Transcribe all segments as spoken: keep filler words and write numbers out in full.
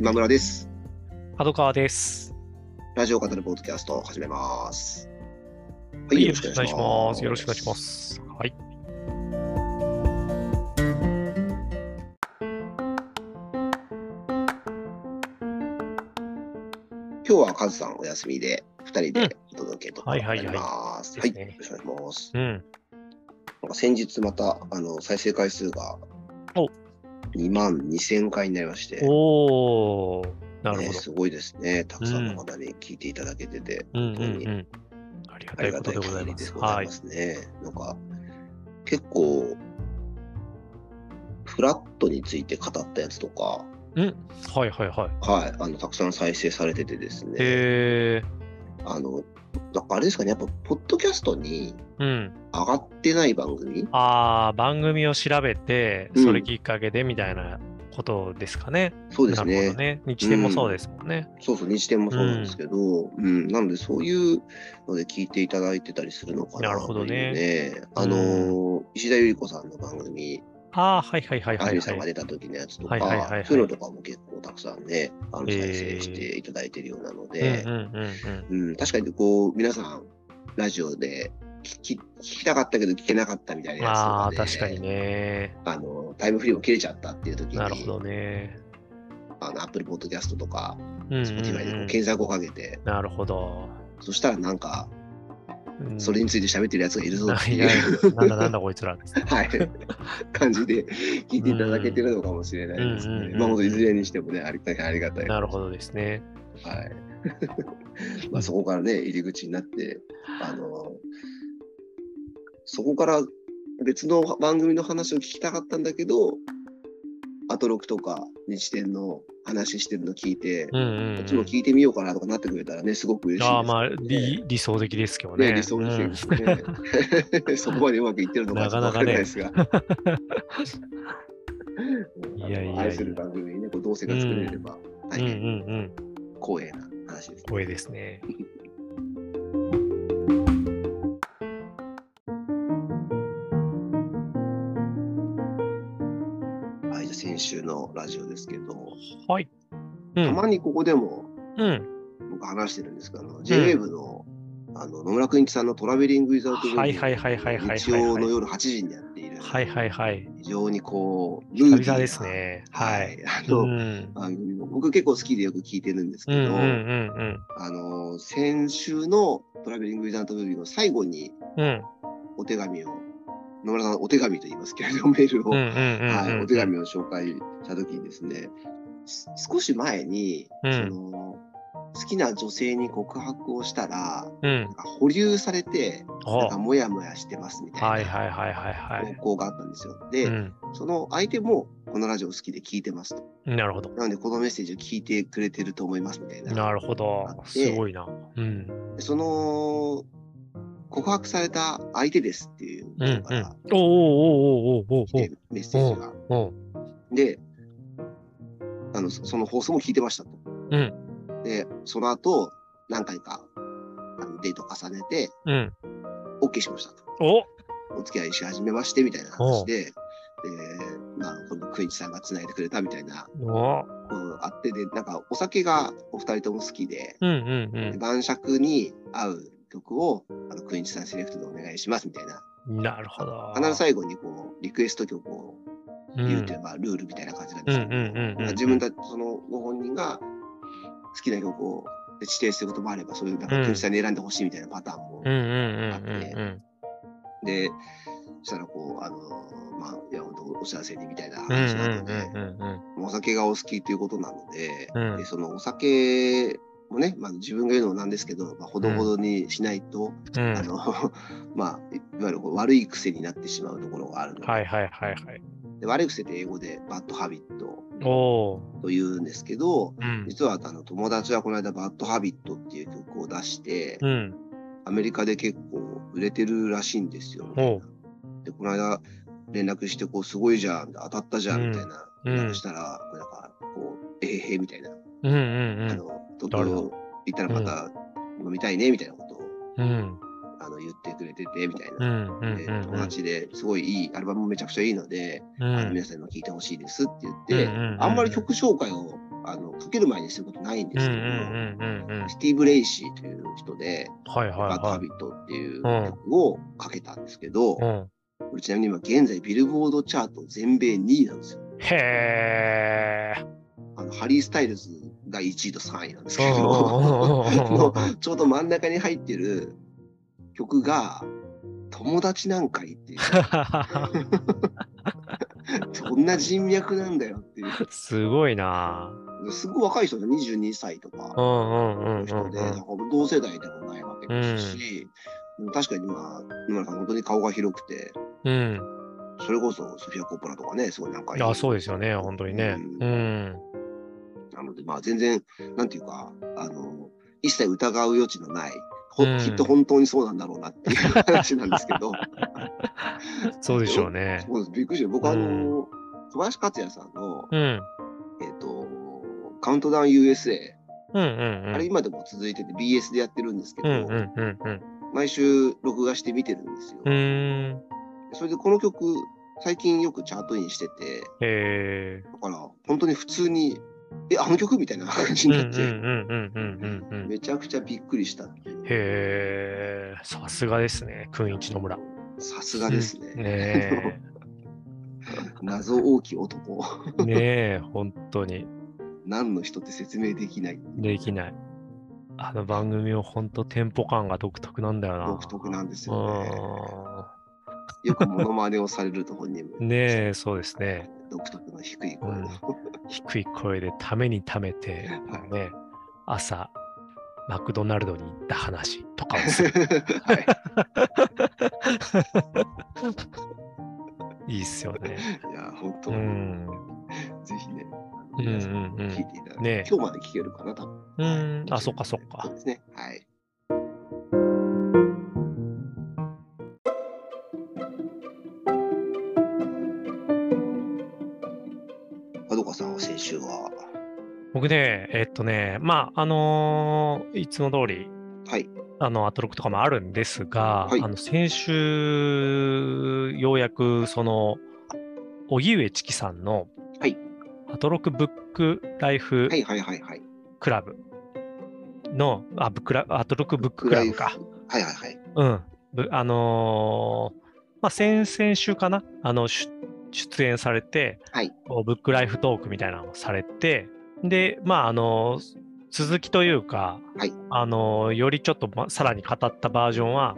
今村です。 角川です。 ラジオを語るポッドキャストを始めます。 はい、よろしくお願いします。よろしくお願いします。はい。 今日はカズさんお休みでふたりでお届けとなります。 はいはいはい。 はい、よろしくお願いします。 うん。 なんか先日またあの再生回数がおにまんにせんかいになりまして。 おー、なるほど、 ね。すごいですね。たくさんの方に聞いていただけてて、 うん、 本当に、 うんうんうん、ありがたいことでございます。 ありがたい限りでございますね。はい、なんか結構フラットについて語ったやつとか、 うん、はいはいはい。 はい、あのたくさん再生されててですね。 へー。あの、あれですかね、やっぱポッドキャストに上がってない番組、うん、 ああ、番組を調べて、それきっかけでみたいなことですかね。 うん、そうですね。 なるほどね。日天もそうですもんね。 うん、そうそう、日天もそうなんですけど、うん、うん、なのでそういうので聞いていただいてたりするのかなというね。ね、あのー、石田ゆり子さんの番組、 ああ、はいはいはいはい、はい。 あすみさんが出た時のやつとか、 はいはいはいはい、 そういうのとかも結構たくさんね、あの再生していただいているようなので、確かにこう、皆さん、ラジオで聞き、聞きたかったけど聞けなかったみたいなやつとかで、 ああ、確かにね。 あの、タイムフリーも切れちゃったっていう時に、 なるほどね。 あの、Apple Podcast とか、 うんうんうん、 Spotify でこう検索をかけて、 なるほど。 そしたらなんか、それについて喋ってるやつがいるぞっていう、 うん、なんだなんだこいつらはい、感じで聞いていただけてるのかもしれないですね。まあ、本当いずれにしてもね、ありがたい、ありがたい。 なるほどですね。 はい。まあそこからね、入り口になって、あの、そこから別の番組の話を聞きたかったんだけど、アトロクとか日天の話してるの聞いて、うんうんうん、こっちも聞いてみようかなとかなってくれたらね、すごく嬉しいです、ね。 ああ、まあ理、理想的ですけどね。 ね、理想的ですね。うん、そこまでうまくいってるのかちょっとわからないですが。いやいやいや、愛する番組にね、こう同性が作れれば大変光栄な話です、ね。 光栄ですね。 はい、じゃあ先週のラジオですけど、 はい。 うん、たまにここでも、 うん、 僕話してるんですけど、うん、ジェイウェーブ の、あの野村くんいちさんのトラベリング・ウィザウト・ベリー日曜の夜はちじにやっている、 はいはいはい、 非常にこうルーディーなですね、 はい、あの、うん、番組も僕結構好きでよく聞いてるんですけど、あの先週のトラベリング・ウィザウト・ベリーの最後にお手紙を、野村さんお手紙と言いますけれどメールを、はい、お手紙を紹介した時にですね、少し前に、うん、その好きな女性に告白をしたら、うん、なんか保留されて、なんかモヤモヤしてますみたいな投稿があったんですよ。で、うん、その相手もこのラジオ好きで聞いてますと。 なるほど。 なのでこのメッセージを聞いてくれてると思いますみたいな。 なるほど。すごいな。 うん、でその告白された相手ですっていう人から来てメッセージが。で、あのその放送も聞いてましたと。うん、で、その後何回かあのデート重ねて、うん、OK しましたと。お、お付き合いし始めましてみたいな話で、で、まあ、このクインチさんが繋いでくれたみたいな、こうあって、で、なんかお酒がお二人とも好きで、うんうんうん、晩酌に合う曲をあのクインチさんセレクトでお願いしますみたいな。 なるほど。 必ず最後にこうリクエスト曲を言うという、まあ、ルールみたいな感じなんですけど、自分たち、そのご本人が好きな曲を指定することもあれば、そういうなんかクインチさんに選んでほしいみたいなパターンもあって、で、そしたらこう、あの、まあ、いや、お幸せにみたいな話の後で、お酒がお好きということなので、うん、でそのお酒もね、まあ、自分が言うのもなんですけど、まあ、ほどほどにしないと、うん、あの、まあ、いわゆるこう悪い癖になってしまうところがあるので、はいはいはいはい。で悪い癖って英語でバッドハビットと言うんですけど、うん、実はあの友達はこの間バッドハビットっていう曲を出して、うん、アメリカで結構売れてるらしいんですよ、ね。で、この間連絡して、こう、すごいじゃん、当たったじゃん、みたいな連絡したら、うん、なんか、こう、えへへみたいな。うんうんうん、あの、東京行ったらまた飲みたいね、みたいなことを、うん、あの言ってくれてて、みたいな。うんうんうんうん、で友達ですごいいい、アルバムもめちゃくちゃいいので、うん、あの皆さんにも聴いてほしいですって言って、うんうんうんうん、あんまり曲紹介をあのかける前にすることないんですけど、 うんうんうんうん、 スティーブ・レイシーという人で、 はいはいはい、 バッド・ハビットっていう曲をかけたんですけど、 うん、 これちなみに今現在ビルボードチャート全米にいなんですよ。 へー。 あのハリー・スタイルズがいちいとさんいなんですけど、ちょうど真ん中に入ってる曲が友達なんかいっていう。どんな人脈なんだよっていう。 すごいな。 すごい若い人でにじゅうにさいとかの人で、同世代でもないわけですし、うん、確かにまあ、沼田さん本当に顔が広くて、うん、それこそソフィア・コッポラとかね、すごいなんかいい。 あ、そうですよね、本当にね。うん。うん、 なので、まあ全然、なんていうか、あの、一切疑う余地のない、うん、きっと本当にそうなんだろうなっていう話なんですけど。 そうでしょうね。 そうです。びっくりして、僕、うん、あの、小林克也さんの、うん、えっと、カウントダウン ユーエスエー、うんうんうん、あれ今でも続いてて ビーエス でやってるんですけど、うんうんうんうん、毎週録画して見てるんですよ。うん、それでこの曲、最近よくチャートインしてて、へー、だから本当に普通に、え、あの曲みたいな感じになって、めちゃくちゃびっくりした。 へー、さすがですね、くんいちの村。 さすがですね。 うん、ね謎多き男。 ねえ、本当に。 何の人って説明できない。 できない。あの番組は本当テンポ感が独特なんだよな。 独特なんですよね。よくモノマネをされると本人も。 ねえ、そうですね。 独特の低い声の、うん。 低い声でためにためて、はい、ね、朝、マクドナルドに行った話とかをする。はい。いいっすよね。 いや、本当に。うん、ぜひね、皆さん聞いていただいて、ね、今日まで聞けるかな、多分。 うん、はい、あ、そっかそっか。 そうですね。はい。角川さんは先週は僕ね、えっとね、まあ、あのー、いつも通り、 はい。 あの、アトロックとかもあるんですが、はい、あの、先週、ようやく、その、荻上チキさんの、はい、アトロックブックライフクラブの、あ、ブックラ、アトロックブッククラブか。 はいはいはい。 うん。あのー、まあ、先々週かな、あの、出演されて、はい、ブックライフトークみたいなのをされて、で、まあ、あのー、続きというか、はい、あのよりちょっと、ま、さらに語ったバージョンは、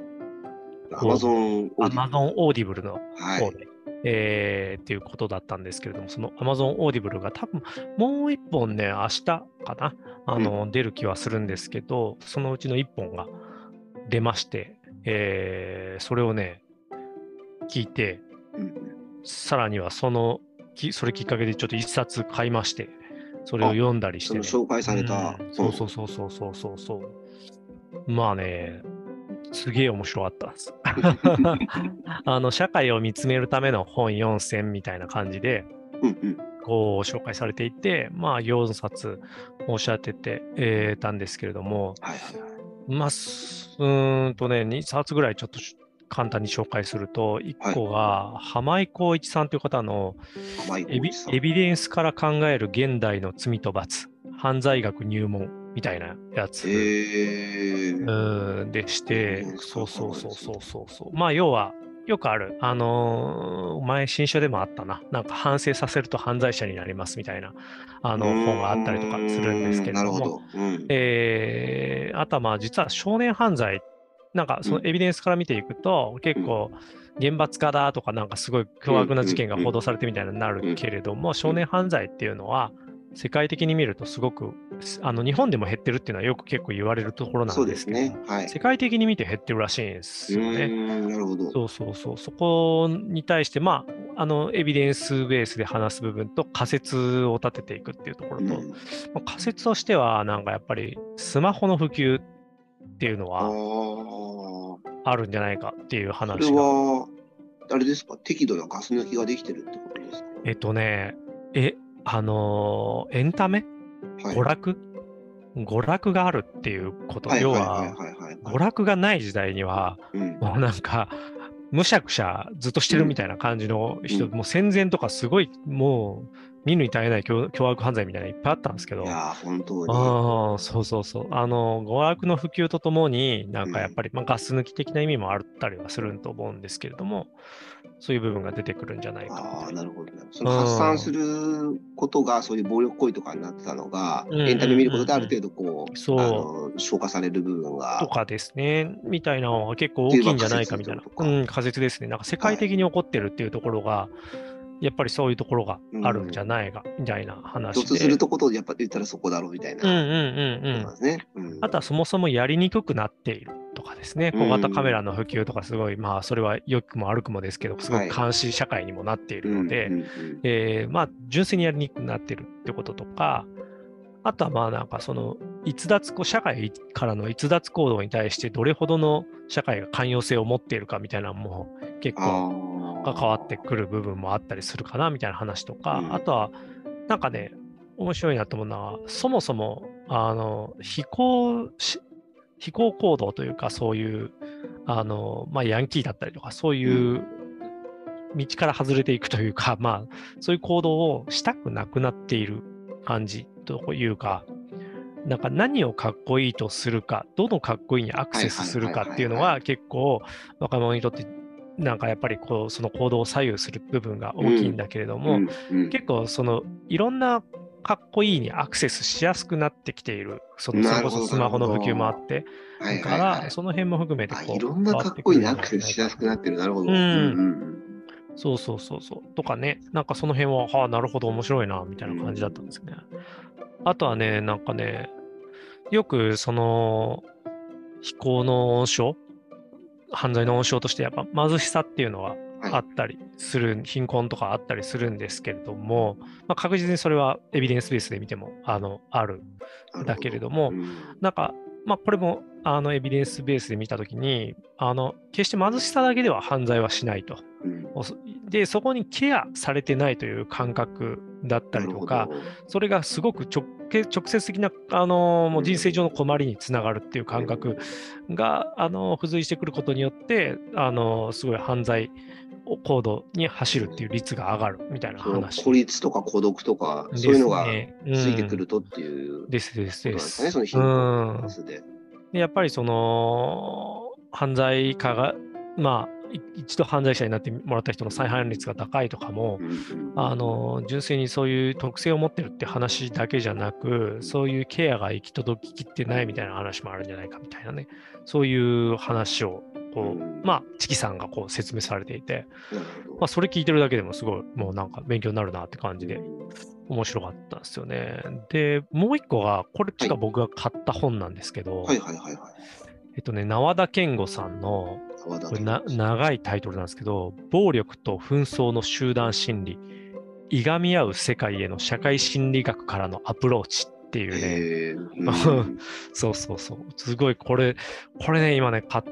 Amazon Audibleの方で、はい、えー、っていうことだったんですけれども、その Amazon Audible が多分もう一本ね、明日かな、あの、うん、出る気はするんですけど、そのうちの一本が出まして、えー、それをね、聞いて、うん、さらにはその、それきっかけでちょっと一冊買いまして、それを読んだりして、ね、 その紹介された、 うん、そうそうそうそうそうそうそうまあね、すげえ面白かったですあの社会を見つめるための本よんせんみたいな感じで、うんうん、こう紹介されていて、まあよんさつおっしゃってて、えー、たんですけれども、はいはいはい、まあうーんとねにさつぐらいちょっと簡単に紹介すると、いっこが、はい、浜井浩一さんという方のエビ、エビデンスから考える現代の罪と罰、犯罪学入門みたいなやつ、えー、でして、そうそうそうそうそうそう。まあ要は、よくある、あのー、前新書でもあったな、なんか反省させると犯罪者になりますみたいなあの本があったりとかするんですけれども、どうん、えー、あとはまあ実は少年犯罪、なんかそのエビデンスから見ていくと、うん、結構厳罰化だとかなんかすごい凶悪な事件が報道されてみたいになるけれども、少年犯罪っていうのは世界的に見るとすごくあの日本でも減ってるっていうのはよく結構言われるところなんですけど、ねはい、世界的に見て減ってるらしいんですよね。 なるほど。 そうそうそう。そこに対してまああのエビデンスベースで話す部分と仮説を立てていくっていうところと、うんまあ、仮説としてはなんかやっぱりスマホの普及っていうのはあるんじゃないかっていう話が。 それはあれですか、適度なガス抜きができてるってことですか？ えっとね、え、あのー、エンタメ、はい、娯楽娯楽があるっていうこと。要は、娯楽がない時代には、うん、もうなんか、むしゃくしゃずっとしてるみたいな感じの人、うん、もう戦前とかすごい、もう、 見るに耐えない凶凶悪犯罪みたいなのいっぱいあったんですけど、 いやー、本当に。 ああ、そうそうそう。あの、娯楽の普及とともに、なんかやっぱり、 うん、 まあ、ガス抜き的な意味もあったりはすると思うんですけれども、そういう部分が出てくるんじゃないかみああ、 たいな。 なるほどね。そうの発散すん。 ることが、そういう暴力行為とかになってたのが、 うんうんエンタメ見ることであうんうん。 る程度、こう、あそう。 の、消化される部分が、 とかですね、みたいなのは結構っていう、まあ、 大きいんじゃ仮説っないかみたいな、 てことか。 うん、仮説ですね。なんか世界はい。 的に起こってるっていうところが、やっぱりそういうところがうあるんじゃん。 ないか、みたいな共通する話で。 とことやっぱ言ったらそこだろうみたいうんうんなうんうん。 ことなんですね。うあとはん。 そもそもやりにくくなっているとかですね、 う小型カメラん。 の普及とかすごい、まあそれは良くも悪くもですけど、すごはい。 く監視社会にもなっていうん。 るので、 うん。 えーまあ純粋にやりにくくなっているってこととか、あとはまあなんかその逸脱こう社会からの逸脱行動に対してどれほどの社会が寛容性を持っているかみたいなのも結構あ関わってあ。 くる部分もあったりするかなみたいな話とか、あうん。 とはなんかね、面白いなと思うのは、そもそもあの飛行し飛行行動というか、そういう、あの、まあ、ヤンキーだったりとか、そううん。 いう道から外れていくというか、まあ、そういう行動をしたくなくなっている感じというか、なんか何をかっこいいとするか、どのかっこいいにアクはいセスはいはいするかっはいはい。 ていうのが結構若者にとってなんかやっぱりこうその行動を左右する部分がうん。 大きいんだけれども、 うん。うん。 結構そのいろんなかっこいいにアクセスしやすくなってきている、そのそれこそなるほど、なるほスマホの普及もあっど。 て、 はいはから、 いはい。 その辺も含めてあ、いこうろんなかっ変わってくるんじゃこいいにアクセスしやすないか。 くなってる。なるほうど。うんん、 うんそうそうそうそう。とかね、なんかその辺は、はあ、なるほど面白いな、みたいうん。うな感じだったんでん。 すね。あとはね、なんかね、よくその非行の温床、犯罪の温床としてやっぱ貧しさっていうのははい。 あったりする、貧困とかあったりするんですけれども、まあ、確実にそれはエビデンスベースで見てもあのあるんだなるほど。 けれども、 うん。 なんか、まあ、これもあのエビデンスベースで見たときに、あの決して貧しさだけでは犯罪はしないと。 うん。 で、そこにケアされてないという感覚だったなるりとか、 ほど。 それがすごく直直接的な、あのもう人生上のうん。 困りにつながるっていうう感覚ん。 が、あの付随してくることによって、あのすごい犯罪行動に走るっていう率が上がるみたいなその孤話立とか孤独とか、そでういうのがすね。うついてくん。 るとっていうですですことなんですかね、 です。 そのう貧困ん。 数で。 で、やっぱりその、犯罪化が、まあ、い一度犯罪者になってもらった人の再犯率が高いとかも、 うんうんうんあの、純粋にそういう特性を持ってるって話だけじゃなく、そういうケアが行き届ききってないみたいな話もあるんじゃないかみたいなね、そういう話を、こうん。 う、まあ、チキさんがこう説明されていて、 なるほど。 まあ、それ聞いてるだけでもすごい、もうなんか勉強になるなって感うじで、 ん。 面白かったんですよね。で、もう一個が、これちょっとはい。 僕が買った本なんですけど、 はいはいはいはい。 えっとね、縄田健吾さんの、 沢田これな健吾さん。 長いタイトルなんですけど、暴力と紛争の集団心理、いがみ合う世界への社会心理学からのアプローチっていうね、 へえ、うん。 そうそうそう、すごいこれ、これね、今ね、買って、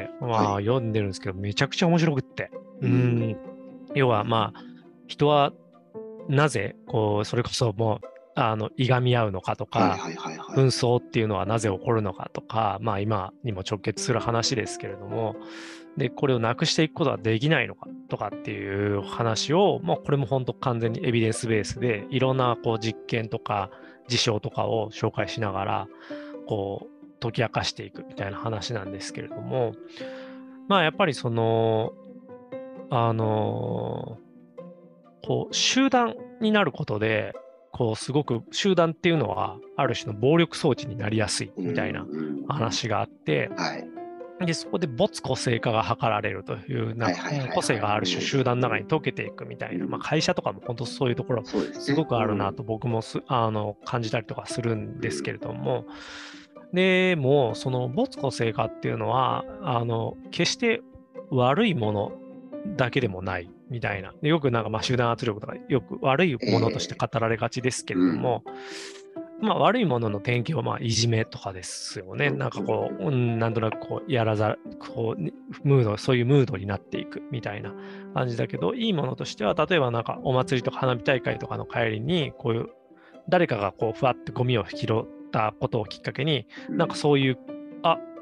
まあはい。 読んでるんですけど、めちゃくちゃ面白くって。ううん。 ん、要はまあ、人はなぜ、こう、それこそもう、あの、いがみ合うのかとか、 はいはいはいはい。 紛争っていうのはなぜ起こるのかとか、まあ今にも直結する話ですけれども、で、これをなくしていくことはできないのかとかっていう話を、もうこれも本当完全にエビデンスベースで、いろんなこう実験とか事象とかを紹介しながら、こう、解き明かしていくみたいな話なんですけれども、まあやっぱりその、あのこう、集団になることで、こう、すごく集団っていうのは、ある種の暴力装置になりやすいうんみたいなうん話があって、 はい。 で、そこで没個性化が図られるという、なんか、 はいはいうん個性はいはい。 がある種集団の中にうん。 溶けていくみたいな、まあ、 うん。 会社とかも本当そういうところ、 そうですね。 すごくあるなとうん。 僕もすあの感じたりとかするんですけれうん。 ども、でも、その没個性化っていうのは、あの、決して悪いものだけでもないみたいな。でよくなんかまあ集団圧力とかよく悪いものとしてええ語られがちですけれうん。 ども、まあ悪いものの典型はまあいじめとかですよね。 うん。 なんかうん。 こう、うん、なんとなくこう、やらざ、こう、ムード、そういうムードになっていくみたいな感じだけど、いいものとしては、例えばなんかお祭りとか花火大会とかの帰りに、こういう誰かがこう、ふわってゴミを拾ったことをきっかけに、なんかうん。 そういう、あ、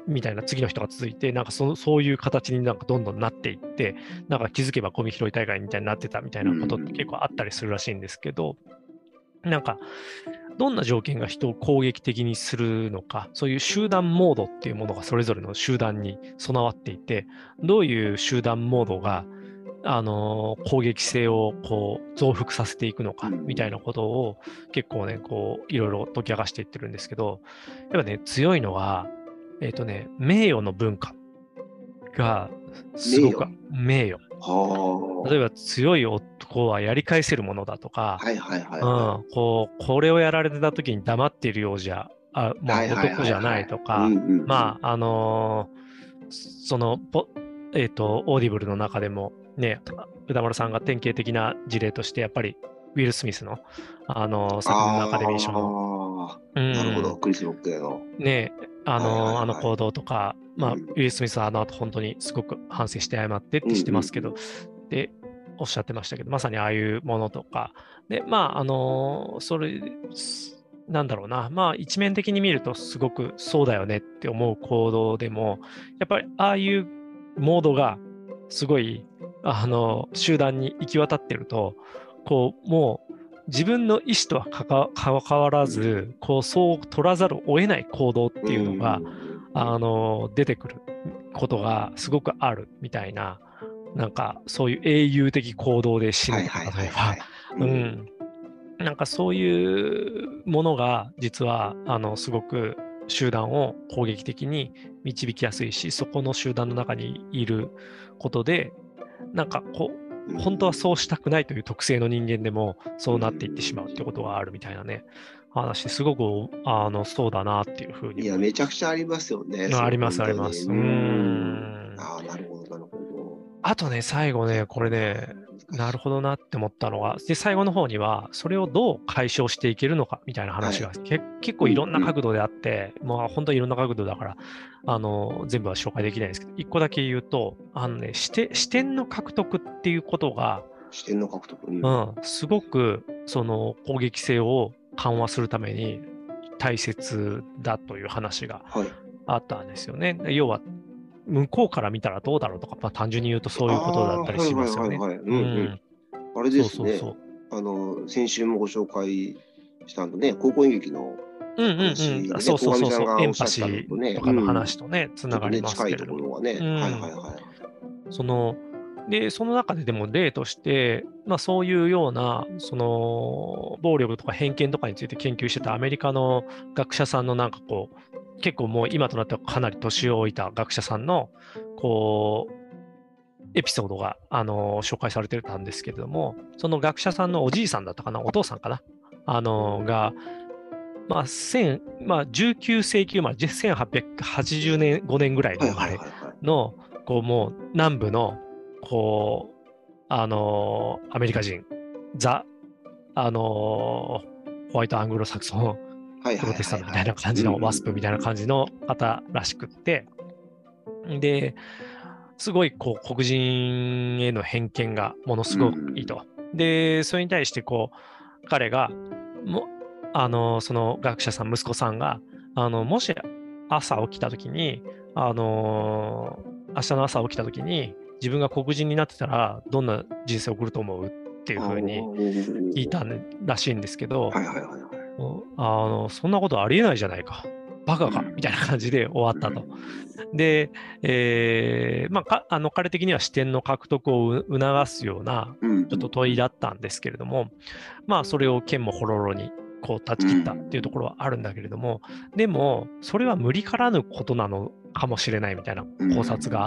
みたいな次の人が続いて、なんかそそういう形になんかどんどんなっていって、なんか気づけばゴミ拾い大会みたいになってたみたいなことって結構あったりするらしいんですけど、なんかどんな条件が人を攻撃的にするのか、そういう集団モードっていうものがそれぞれの集団に備わっていて、どういう集団モードがあの攻撃性をこう増幅させていくのかみたいなことを結構ね、こういろいろ解き明かしていってるんですけど、やっぱね、強いのは、えっとね、名誉の文化がすごく、名誉。例えば強い男はやり返せるものだとか、こう、これをやられた時に黙っているようじゃ、あ、まあ、男じゃないとか、まあ、あのー、その、えっと、オーディブルの中でも、ね、歌丸さんが典型的な事例として、やっぱりウィル・スミスの、あの、昨年のアカデミー賞の、 うん、なるほど、クリス・ロックへの。 ね、あの、あの行動とか、まあ、うん、ウィル・スミスはあの後本当にすごく反省して謝ってってしてますけど、うんうん、で、おっしゃってましたけど、まさにああいうものとか、で、まあ、あの、それ、なんだろうな、まあ、一面的に見るとすごくそうだよねって思う行動でも、やっぱりああいうモードがすごい、あの、集団に行き渡ってると、こう、もう、自分の意思とは関わらず、こう、そう取らざるを得ない行動っていうのが、あの、出てくることがすごくあるみたいな、なんか、そういう英雄的行動で死ぬとか、例えば、うん。なんかそういうものが、実は、あの、すごく集団を攻撃的に導きやすいし、そこの集団の中にいることで、なんかこう、本当はそうしたくないという特性の人間でもそうなっていってしまうってことがあるみたいなね、話ですごくあのそうだなっていうふうに。 いや、めちゃくちゃありますよね。 ありますあります。うーん。 ああ、なるほどなるほど。 あとね、最後ね、これね、なるほどなって思ったのが、で、最後の方には、それをどう解消していけるのかみたいな話が、はい、結構いろんな角度であって、うんうん、まあ本当にいろんな角度だから、あの、全部は紹介できないんですけど、一個だけ言うと、あのね、視点、視点の獲得っていうことが、 視点の獲得、 うん、すごく、その攻撃性を緩和するために大切だという話があったんですよね。はい、要は、向こうから見たらどうだろうとか、まあ、単純に言うとそういうことだったりしますよね。 あれですね。そうそうそうあの先週もご紹介したのね、高校演劇の話で、 そうそうそうそう、エンパシーとかの話とね、つながりますけれども。 近いところがね。はいはいはい。 そので、その中ででも例として、まあそういうような、その、暴力とか偏見とかについて研究してたアメリカの学者さんのなんかこう、結構もう今となってはかなり年老いた学者さんの、こう、エピソードが、あの、紹介されてたんですけれども、その学者さんのおじいさんだったかな、お父さんかな、あの、が、まあ、千まあ、じゅうきゅう世紀生まれ、せんはっぴゃくはちじゅうねん、ごねんぐらいの生まれの、こう、もう南部の、こう、あのー、アメリカ人、ザ、あのー、ホワイトアングロサクソン、プロテスタントみたいな感じの、ワスプみたいな感じの方らしくって、で、すごい、こう、黒人への偏見がものすごくいいと。で、それに対して、こう、彼が、も、あのー、その学者さん、息子さんが、あの、もし朝起きたときに、あのー、明日の朝起きたときに、自分が黒人になってたらどんな人生を送ると思うっていうふうに聞いたらしいんですけど、あのそんなことありえないじゃないか、バカかみたいな感じで終わったと。で、えーまあ、かあの彼的には視点の獲得を促すようなちょっと問いだったんですけれども、まあそれを剣もほろろにこう断ち切ったっていうところはあるんだけれども、でもそれは無理からぬことなのかもしれないみたいな考察があって、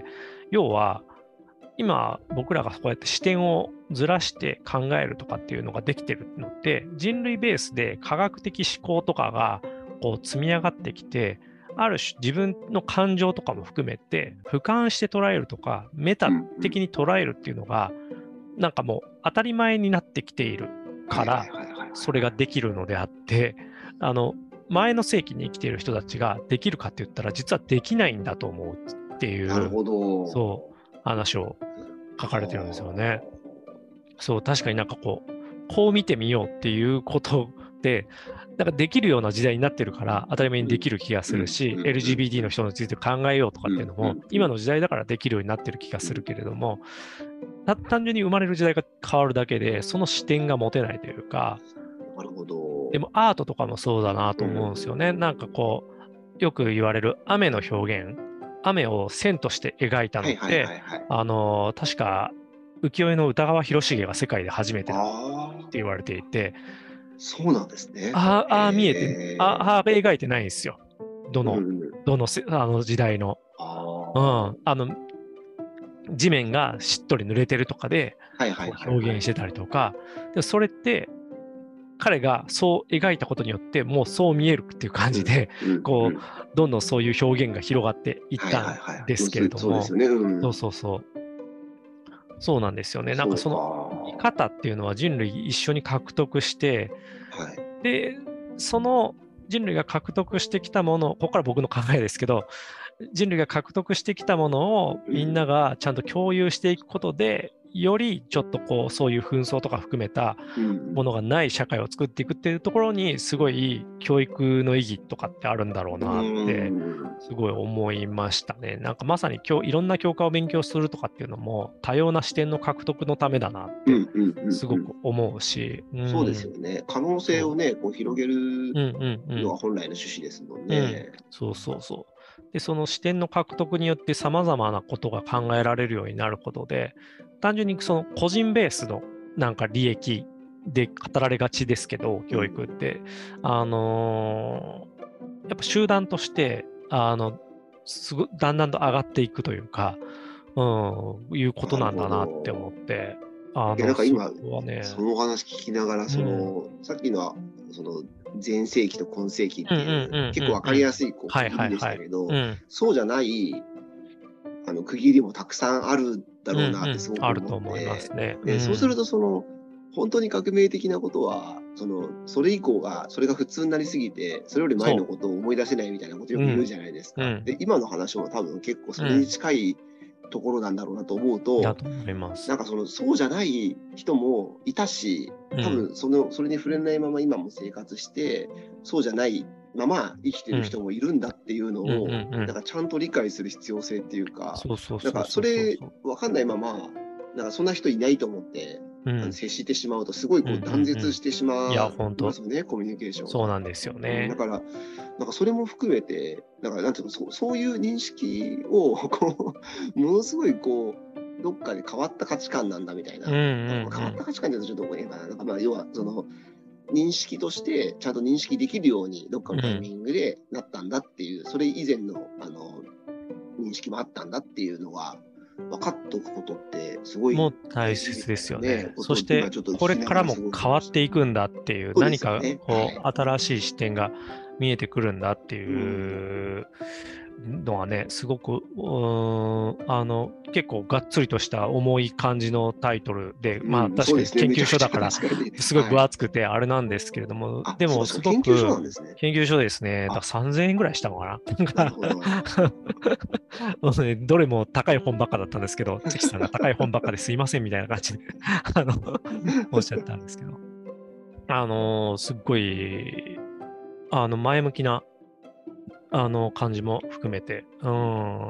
要は今僕らがこうやって視点をずらして考えるとかっていうのができてるのって、人類ベースで科学的思考とかがこう積み上がってきて、ある種自分の感情とかも含めて俯瞰して捉えるとかメタ的に捉えるっていうのがなんかもう当たり前になってきているからそれができるのであって、あの前の世紀に生きている人たちができるかって言ったら実はできないんだと思うっていう、 なるほど、 そう話を書かれてるんですよね。そう、確かになんかこうこう見てみようっていうことで、 だからできるような時代になってるから当たり前にできる気がするし、エルジービーティー の人について考えようとかっていうのも今の時代だからできるようになってる気がするけれども、単純に生まれる時代が変わるだけでその視点が持てないというか。 なるほど。 でもアートとかもそうだなと思うんですよね。うん、なんかこうよく言われる雨の表現、雨を線として描いたのって、あの確か浮世絵の歌川広重が世界で初めてだって言われていて。 そうなんですね。 ああ見えて、ああ描いてないんですよ。どの、うん、どのあの時代の。あ、うん、あの地面がしっとり濡れてるとかで表現してたりとか、でそれって彼がそう描いたことによってもうそう見えるっていう感じで、うん、こう、うん、どんどんそういう表現が広がっていったんですけれども、そうそうそうそうなんですよね。なんかその見方っていうのは人類一緒に獲得して、はい、でその人類が獲得してきたもの、ここから僕の考えですけど、人類が獲得してきたものをみんながちゃんと共有していくことで、よりちょっとこうそういう紛争とか含めたものがない社会を作っていくっていうところにすごい教育の意義とかってあるんだろうなってすごい思いましたね。なんかまさに今日いろんな教科を勉強するとかっていうのも多様な視点の獲得のためだなってすごく思うし、 そうですよね。可能性をねこう広げるのが本来の趣旨ですもんね。うんうん、 そうそうそう。でその視点の獲得によってさまざまなことが考えられるようになることで、単純にその個人ベースのなんか利益で語られがちですけど、教育って、あのー、やっぱ集団としてあのすごだんだんと上がっていくというか、うん、いうことなんだなって思って、 あのいやなんか今そ、ね、そのお話聞きながらその、うん、さっきのその前世紀と今世紀っていう結構わかりやすいこう区切りでしたけど、そうじゃないあの区切りもたくさんあるだろうなってすごく思って、うんうん、あると思いますね。うん、そうするとその本当に革命的なことはそのそれ以降がそれが普通になりすぎてそれより前のことを思い出せないみたいなことよく言うじゃないですか。うん、で今の話も多分結構それに近い、うんところなんだろうなと思うと、 だと思います。 なんかそのそうじゃない人もいたし、多分その、うん、それに触れないまま今も生活してそうじゃないまま生きてる人もいるんだっていうのを、うん、なんかちゃんと理解する必要性っていうか、なんかそれ分かんないままなんかそんな人いないと思って。うん、接してしまうとすごいこう断絶してしまうんですよね、コミュニケーション。 そうなんですよね。 だからなんかそれも含めてだからなんていうのそう、そういう認識をこうものすごいこうどっかで変わった価値観なんだみたいな、うんうんうん、変わった価値観って言うとちょっと思えばなんかまあ要はその認識としてちゃんと認識できるようにどっかのタイミングでなったんだっていう、うん、それ以前のあの認識もあったんだっていうのは。分かっておくことってすごいもう大切ですよね。そしてこれからも変わっていくんだっていう、何かこう新しい視点が見えてくるんだっていうのはね、すごくあの結構がっつりとした重い感じのタイトルで、うん、まあ確かに研究所だからすごい分厚くてあれなんですけれども、はい、でもすごく研究所なんですね。研究所ですね。だからさんぜんえんぐらいしたのかな。なるほどどれも高い本ばっかだったんですけど、関さんが高い本ばっかですいませんみたいな感じであのおっしゃったんですけど、あのすっごいあの前向きなあの感じも含めて、うん、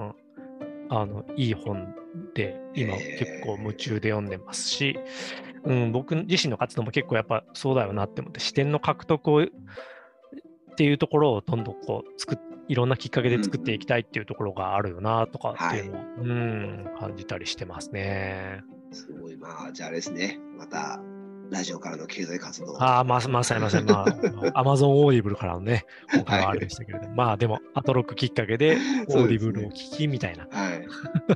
あのいい本で今結構夢中で読んでますし、うん、僕自身の活動も結構やっぱそうだよなって思って、視点の獲得をっていうところをどんどんこう作っいろんなきっかけで作っていきたいっていうところがあるよなとかっていうのは、はい、うん感じたりしてますね。 すごい、まあじゃああれですね、またラジオからの経済活動。 ああ、まあ、まさにまさに、まあ、アマゾンオーディブルからのね、今回はあれでしたけれども、はい、まあでも、アトロックきっかけで、オーディブルを聞きみたいな。はい。いや、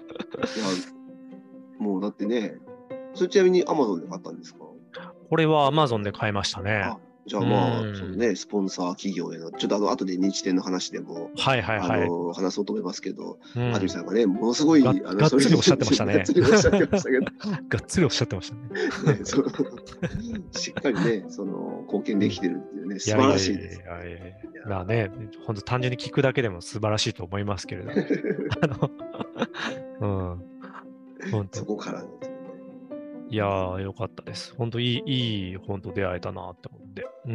もうだってね、それちなみにアマゾンで買ったんですか？ これはアマゾンで買いましたね。 あじゃあまあ、そのね、スポンサー企業への、ちょっとあの後で日展の話でも、 はいはいはい、 あの話そうと思いますけど、羽鳥さんがね、ものすごい、 があのがっつりおっしゃってましたね。 がっつりおっしゃってましたけど。 がっつりおっしゃってましたね。 ねそうしっかりね、その貢献できてるっていうね、素晴らしいです。 まあね、本当単純に聞くだけでも素晴らしいと思いますけれども。あの、うん。 そこからですね。 いやー、よかったです。本当いい、いい本と出会えたなって思って。うん。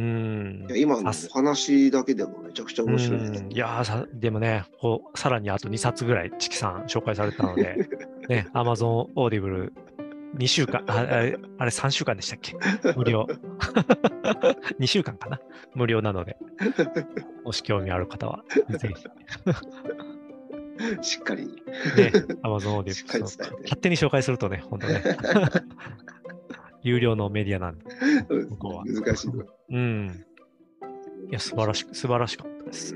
いや今のお話だけでもめちゃくちゃ面白いです。 うん。いやーさ、でもね、こう、さらにあとにさつぐらい、チキさん紹介されたので、ね、Amazon Audible にしゅうかん、あ、あれ、あれさんしゅうかんでしたっけ無料。にしゅうかんかな無料なので、もし興味ある方は、ぜひ。 しっかり。 ね、Amazon Audible。 しっかり伝えて。 勝手に紹介するとね、本当ね。有料のメディアなんで、向こうは。 難しい。 うん。いや、素晴らしく、素晴らしかったです。うん。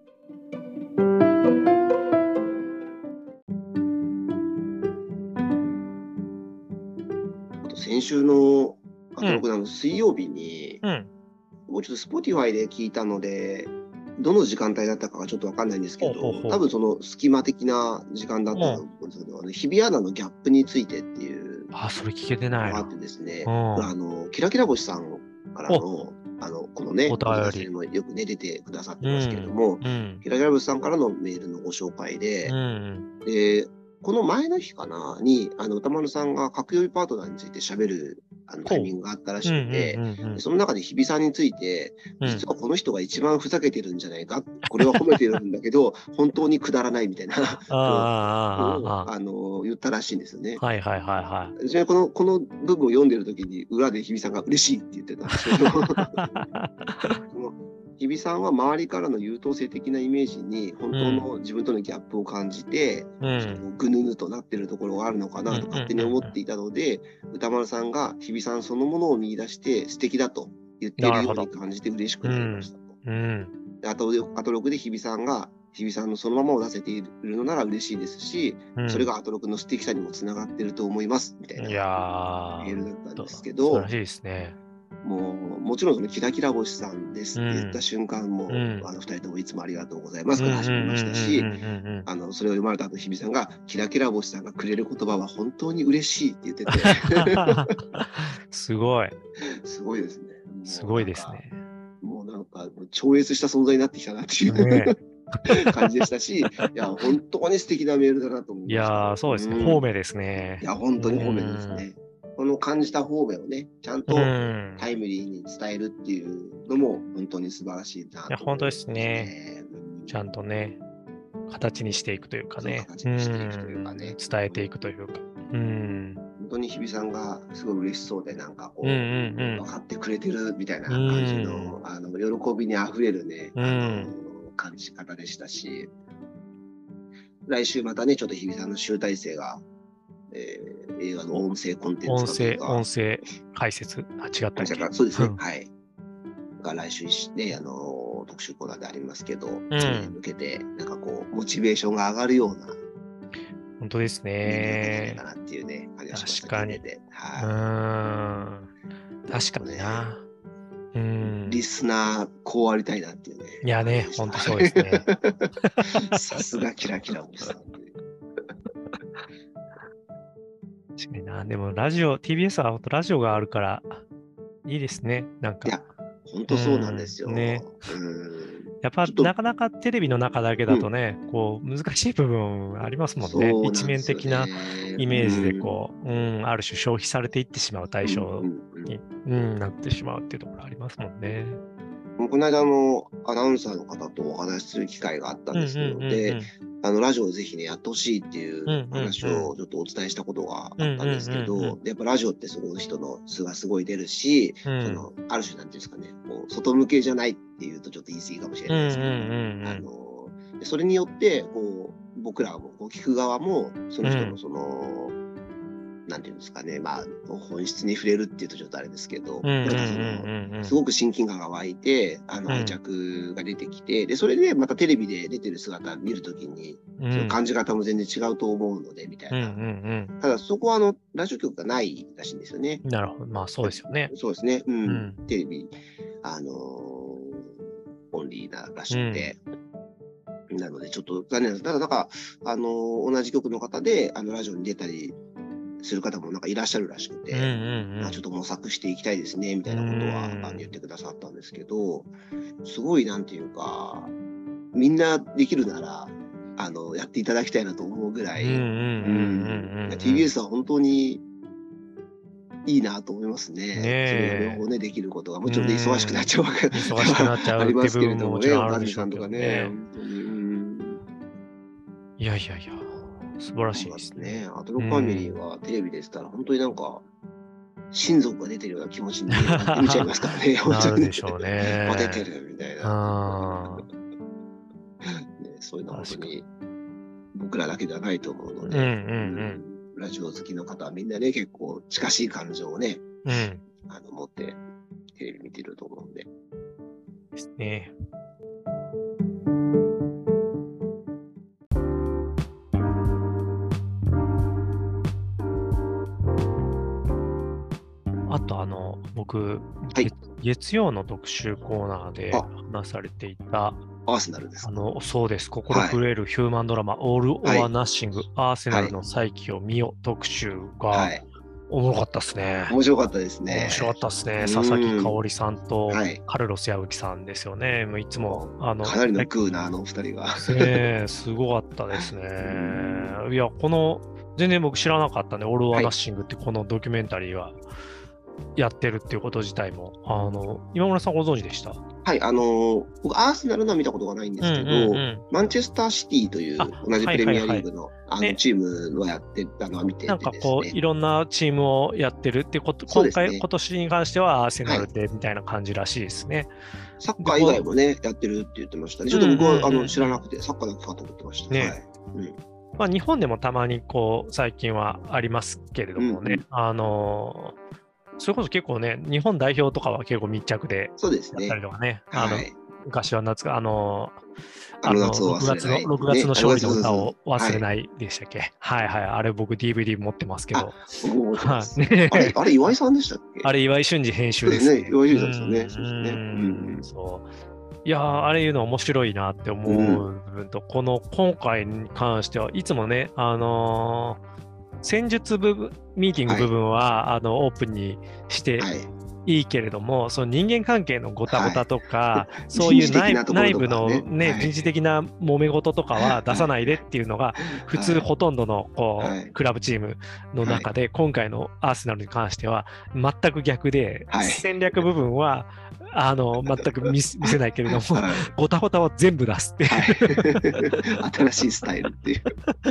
あと先週のアトロクの水曜日に、 うん、 もうちょっと Spotify で聞いたので、どの時間帯だったかがちょっとわかんないんですけど、ほうほうほう多分その隙間的な時間だったと思うんですけど、うん、日比アナのギャップについてっていう。 あ、それ聞けてないな。 あってですね、うん、あの、キラキラ星さんからの、あの、このね、お便りもよくね、出てくださってますけれども、うんうん、キラキラ星さんからのメールのご紹介で、うん、で、この前の日かなに、あの、歌丸さんが格闘技パートナーについて喋るあのタイミングがあったらしくて、その中で日比さんについて、実はこの人が一番ふざけてるんじゃないか、これは褒めてるんだけど、本当にくだらないみたいなああの言ったらしいんですよね。 はいはいはいはい。 ちなみにこの、この部分を読んでるときに、裏で日比さんが嬉しいって言ってたんですけど、日比さんは周りからの優等生的なイメージに本当の自分とのギャップを感じて、うん、ぐぬぬとなってるところがあるのかなと勝手に思っていたので、歌丸さんが日比さんそのものを見出して素敵だと言っているように感じて嬉しくなりましたと。うんうん、あと、あとログで日比さんが日比さんのそのままを出せているのなら嬉しいですし、うん、それがアトロクの素敵さにもつながってると思いますみたいなメールだったんですけど、 素晴らしいですね。 もうもちろんそのキラキラ星さんですって言った瞬間、うん、もう、うん、あのふたりともいつもありがとうございますから始めましたし、あのそれを読まれた後日比さんがキラキラ星さんがくれる言葉は本当に嬉しいって言っててすごいすごいですね。 すごいですね。 もうなんか超越した存在になってきたなっていう、ね、感じでしたし、いや本当に素敵なメールだなと思いました。 いやそうですね、うん、方面ですね。 いや本当に方面ですね。この感じた方面をね、ちゃんとタイムリーに伝えるっていうのも本当に素晴らしいなと思いますね。いや本当ですね、うん。ちゃんとね、形にしていくというかね、 形にしていくというかね、 伝えていくというか。うん、 本当に日比さんがすごい嬉しそうで、なんかこう、うんうんうん、分かってくれてるみたいな感じの、うん、あの喜びにあふれるね、うん、あの感じ方でしたし、来週またね、ちょっと日比さんの集大成が、えー、映画の音声コンテンツというか音声、音声解説、あ、違ったっけ？ そうですね、はい。が来週ね、あの、特集コーナーでありますけど、うん、向けて、なんかこう、モチベーションが上がるような、 本当ですね。 かなっていうね、感じがしました。 確かに。はい。確かにな。 うん。リスナー、こうありたいなっていうね。 いやね、本当そうですね。 さすがキラキラおじさん。 確かにな。でも、ラジオ、ティービーエス はラジオがあるから、いいですね。なんか。 いや、本当そうなんですよ。 ね。やっぱなかなかテレビの中だけだとね、うん、こう難しい部分ありますもんね。ん一面的なイメージでこう、うん、うん、ある種消費されていってしまう対象に、うんうんうん、なってしまうっていうところありますもんね。 この間のアナウンサーの方とお話しする機会があったんですけど、で、あのラジオをぜひね、やってほしいっていう話をちょっとお伝えしたことがあったんですけど、やっぱラジオってその人の素がすごい出るし、うん、そのある種なんていうんですかね、こう外向けじゃないっていうとちょっと言い過ぎかもしれないですけど、あのそれによってこう僕らもこう聞く側もその人のその、うんなんていうんですかね、まあ、本質に触れるっていうとちょっとあれですけど、なんかその、すごく親近感が湧いて、あの、愛着が出てきて、で、それでまたテレビで出てる姿を見るときに、うん、その感じ方も全然違うと思うので、みたいな。ただ、そこはあの、ラジオ局がないらしいんですよね。 なるほど。まあ、そうですよね。 そうですね。うん。うん、テレビ、あのー、オンリーならしくて。うん、なので、ちょっと残念です。ただ、なんか、あのー、同じ局の方で、あの、ラジオに出たり、する方もなんかいらっしゃるらしくて、うんうんうんまあ、ちょっと模索していきたいですねみたいなことはあの言ってくださったんですけど、すごいなんていうかみんなできるならあのやっていただきたいなと思うぐらい、ティービーエス は本当にいいなと思いますね。 ねそれを両方ね、できることが、もちろんね、忙しくなっちゃうわけ忙しくなっちゃうありますけれっていう部分もどもね、 もちろんあるおかみんでしょうんけさとかね、 どね。 本当に。うん、 いやいやいや、素晴らしいですね。 ね。アトロファミリーはテレビでしたら、本当になんか、親族が出てるような気持ちに見ちゃいますからね、 なるでしょうね。 あ、出てるみたいな。ね、そういうのは本当に僕らだけではないと思うので、 うんうんうんラジオ好きの方はみんなね、結構近しい感情をね、 うん、 あの持ってテレビ見てると思うんで。 ですね。あとあの僕、 はい、 月曜の特集コーナーで話されていたアーセナルですか。 あのそうです、心震えるヒューマンドラマ、はい、オール・オア・ナッシング、アーセナルの再起を見よ特集が、はい、おもろかったですね。 面白かったですね。 面白かったですね。佐々木香織さんとカルロス矢吹さんですよね。はい、いつもあのかなりのグーなあのお二人が。 ね、すごかったですね。いや、この全然僕知らなかったね、オール・オア・ナッシングってこのドキュメンタリーは。やってるっていうこと自体も、あの今村さんご存知でした？ はい、あの僕、アーセナルのは見たことがないんですけど、うんうんうん、マンチェスターシティという同じプレミアリーグの、あのチームをやってたのは見てて、ね、 なんかこう、いろんなチームをやってるってこと、今回、ね、今年に関してはアーセナルでみたいな感じらしいですね。はい、 サッカー以外もね、やってるって言ってましたね。ちょっと僕は、うんうんうん、あの知らなくて、サッカーだけかと思ってました。ね、はい、うん、 まあ、日本でもたまにこう最近はありますけれどもね、うんうん、あのーそれこそ結構ね、日本代表とかは結構密着でやったりとかね、あの、はい、昔は夏が、あの、 あの夏をろくがつの、ろくがつの勝利の歌を忘れないでしたっけ、はい、はいはいあれ僕 ディーブイディー 持ってますけど。 あ, ね、あ, れあれ岩井さんでしたっけ？ あれ岩井俊二編集ですね。 ね岩井俊二ですよね。そうですね。うん、 そういやー、あれいうの面白いなって思う部分と、うん、この今回に関してはいつもね、あのー戦術部分ミーティング部分は、はい、あのオープンにしていいけれども、はい、その人間関係のごたごたとか、はい、そういう 内, ね、内部の、ねはい、人事的な揉め事とかは出さないでっていうのが、普通ほとんどのこう、はい、クラブチームの中で、はい、今回のアーセナルに関しては全く逆で、はい、戦略部分はあの全く 見, 見せないけれども、はい、ごたごたは全部出すっていう、 はい、新しいスタイルっていう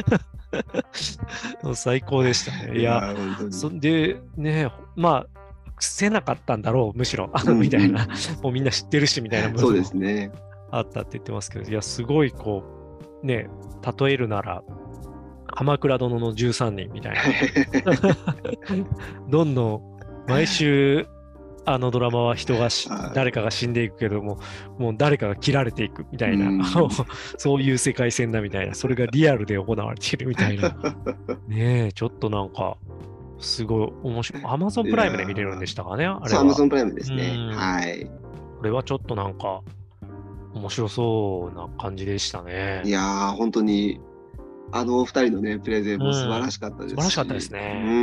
最高でしたね。いや、いやそでね、まあせなかったんだろうむしろみたいな、もうみんな知ってるしみたいな部分もあったって言ってますけど、いやすごいこうね、例えるなら鎌倉殿のじゅうさんにんみたいなどんどん毎週あのドラマは人がし誰かが死んでいくけども、もう誰かが切られていくみたいな、うん、そういう世界線だみたいな、それがリアルで行われているみたいなねえ、ちょっとなんかすごい面白い。アマゾンプライムで見れるんでしたかね、あれは。 アマゾンプライムですね。はい。 これはちょっとなんか面白そうな感じでしたね。 いやー、本当にあのお二人のねプレゼンも素晴らしかったですし、 うん、素晴らしかったですね。うん、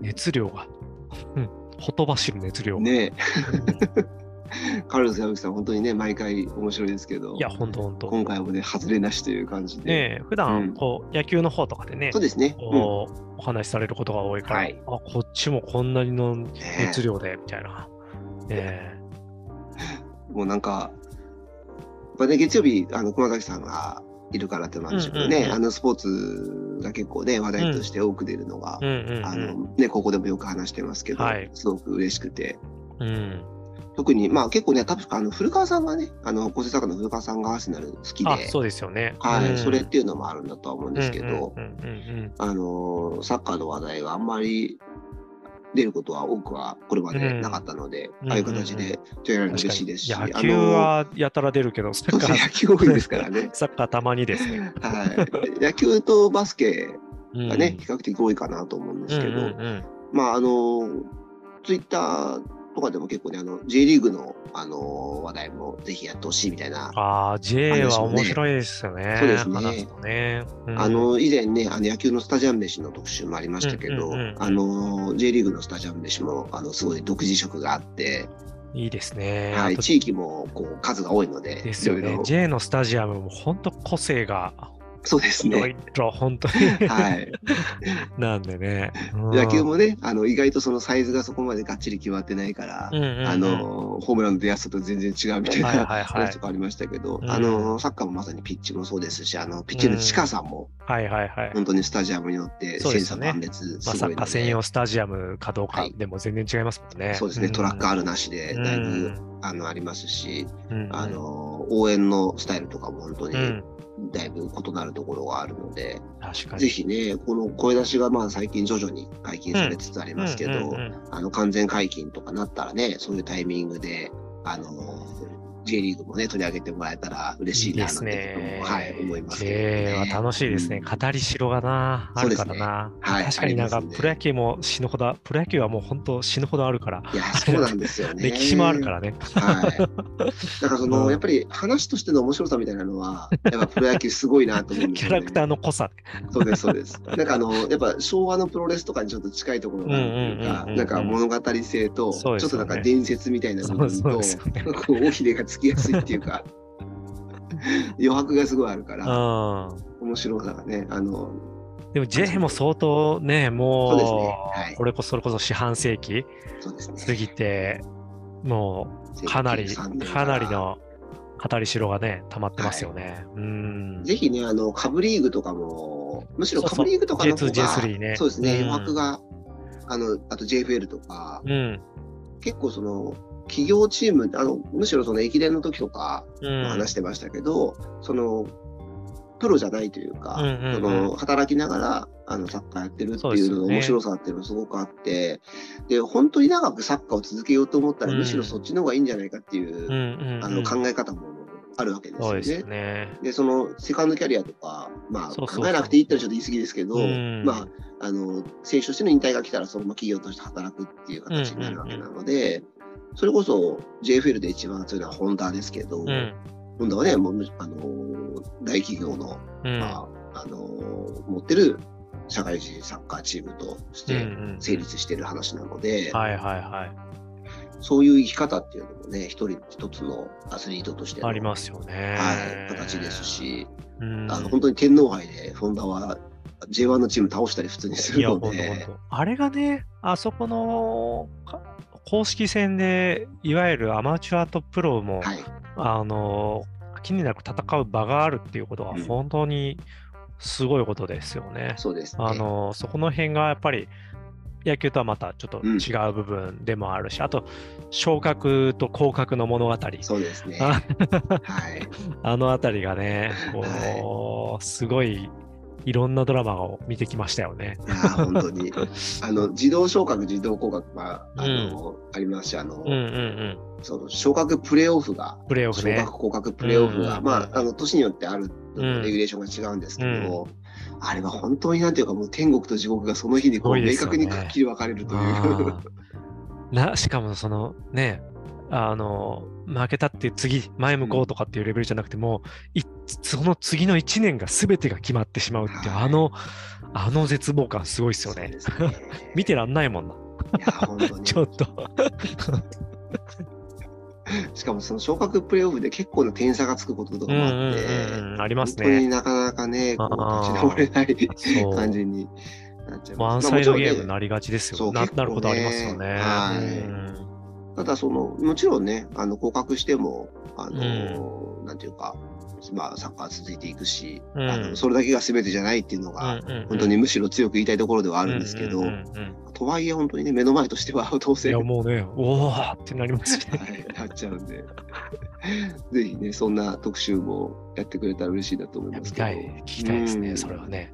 熱量が。うんほとばしる熱量ねカルロス矢吹さん本当にね毎回面白いですけど、 いや本当本当今回もね外れなしという感じで、 ね、普段こう、うん、野球の方とかでね、 そうですね、 こう、うん、お話しされることが多いから、はい、あこっちもこんなにの熱量で、ね、みたいな、ね、 もうなんかやっぱね月曜日あの熊崎さんがいるからってなんでしょうけどね、うんうんうん、あのスポーツが結構ね話題として多く出るのが、うんうんうん、あのねここでもよく話してますけど、はい、すごく嬉しくて、うん、特にまあ結構ね多分あの古川さんがねあの構成作家の古川さんがアーセナル好きで、 あそうですよね、 はい、うん、それっていうのもあるんだとは思うんですけど、あのサッカーの話題があんまり出ることは多くはこれまでなかったので、うん、ああいう形で取り上げられるの嬉しいですし、 野球はやたら出るけどサッカー野球多いですからねサッカーたまにですね、 はい、野球とバスケがね、うん、比較的多いかなと思うんですけど、うんうんうん、まああのツイッターとかでも結構ねあの J リーグの、あの話題もぜひやってほしいみたいな、 ああ J は面白いですよね。 そうですね。 ね、うん、 あの以前ねあの野球のスタジアム飯の特集もありましたけど、うんうんうんうん、あの J リーグのスタジアム飯もあのすごい独自色があって。 いいですね。 はい、地域もこう数が多いので。 ですよね。J のスタジアムも本当個性がそうですね。 いろいろ本当にはい。 なんでね。 野球もね、あの意外とそのサイズがそこまでがっちり決まってないから、 うんうんうん、 あのホームランの出やすさと全然違うみたいな話とかありましたけど、 うん、 あのサッカーもまさにピッチもそうですし、あのピッチの近さも、 はいはいはい、 本当にスタジアムによって千差万別すごいので、 まあ、サッカー専用スタジアムかどうかでも全然違いますもんね。はい、 そうですね、トラックあるなしでだいぶ、うん、あのありますし、うん、あの応援のスタイルとかも本当に、うんだいぶ異なるところがあるので、確かにぜひね、この声出しがまあ最近徐々に解禁されつつありますけど、あの完全解禁とかなったらね、そういうタイミングで、あの J リーグもね、取り上げてもらえたら嬉しいななんてことも、はい、思いますけど、ね。 J は楽しいですね。うん、語りしろがな、あるからな。ね、はい、確かになんか、プロ野球も死ぬほど、プロ野球はもう本当死ぬほどあるから。 いや、そうなんですよね。 歴史もあるからね。 はい。だからその、うん、やっぱり話としての面白さみたいなのは、やっぱプロ野球すごいなと思うんですよ、ね。 キャラクターの濃さ。 そうです、そうです。なんかあの、やっぱ昭和のプロレスとかにちょっと近いところがあるというか、なんか物語性と、ちょっとなんか伝説みたいな部分と、尾ひれがつきやすいっていうか、余白がすごいあるから、面白さがね、あの、 でも J も相当ね、もう、そうですね、はい、これこそ、それこそ四半世紀過ぎて、もうかなり、かなりの語りしろがね、溜まってますよね。はい、うん、 ぜひね、あの、下部リーグとかも、むしろ下部リーグとかの方が、 ジェイツー、ジェイスリー ね。 そうですね、余白が、あの、あと ジェイエフエル とか、うん、結構その、企業チーム、あのむしろその駅伝の時とかも話してましたけど、うん、そのプロじゃないというか、うんうんうん、その働きながらあのサッカーやってるっていうのの面白さっていうのがすごくあって、で本当に長くサッカーを続けようと思ったら、うん、むしろそっちの方がいいんじゃないかっていう、うんうんうん、あの考え方もあるわけですよね。そうですね。でそのセカンドキャリアとか、まあ、そうそうそう考えなくていいってのはちょっと言い過ぎですけど、うん、まああの選手としての引退が来たらそのまま企業として働くっていう形になるわけなので。うんうんうん、それこそ ジェイエフエル で一番強いのはホンダですけど、うん、ホンダはね、もうあの大企業の、うんまああの持ってる社会人サッカーチームとして成立している話なので、 はいはいはい、 そういう生き方っていうのもね、一人一つのアスリートとしてのありますよね、 はい、形ですし、うん、あの本当に天皇杯でホンダは ジェイワン のチーム倒したり普通にするので、いやほんとほんとあれがね、あそこの公式戦でいわゆるアマチュアとプロも、はい、あの気になく戦う場があるっていうことは本当にすごいことですよね。 うん、そうですね。 あのそこの辺がやっぱり野球とはまたちょっと違う部分でもあるし、うん、あと昇格と降格の物語。 そうですね。はい、 あのあたりがね、こう、はい、すごい。いろんなドラマを見てきましたよね。 いや本当にあの自動昇格自動降格があの、うん、ありますし、あの、うんうんうん、その昇格プレーオフがプレーオフ、ね、 昇格降格プレーオフが、うんうん、まああの年によってあるレギュレーションが違うんですけど、うん、あれは本当になんていうかもう天国と地獄がその日にこう、ね、明確にくっきり分かれるというなしかもそのねあの負けたって次前向こうとかっていうレベルじゃなくても、うん、その次のいちねんが全てが決まってしまうっていう、はい、あのあの絶望感すごいですよね。ね見てらんないもんな。 いや本当にちょっとしかもその昇格プレーオフで結構な点差がつくこととかもあって、 うんうんうん、ありますね。 本当になかなかねこう立ち直れない感じになっちゃいます。 ワンサイドゲームになりがちですよ、ね、な, なることありますよね。 はい、うんただそのもちろんねあの降格してもあの、うん、なんていうか、まあ、サッカー続いていくし、うん、あのそれだけが全てじゃないっていうのが、うんうんうん、本当にむしろ強く言いたいところではあるんですけど、うんうんうんうん、とはいえ本当にね目の前としては当然いやもうねおーってなりますね、 はい、なっちゃうんでぜひねそんな特集もやってくれたら嬉しいなと思いますけど。 見たい聞きたいですね、うん、それはね。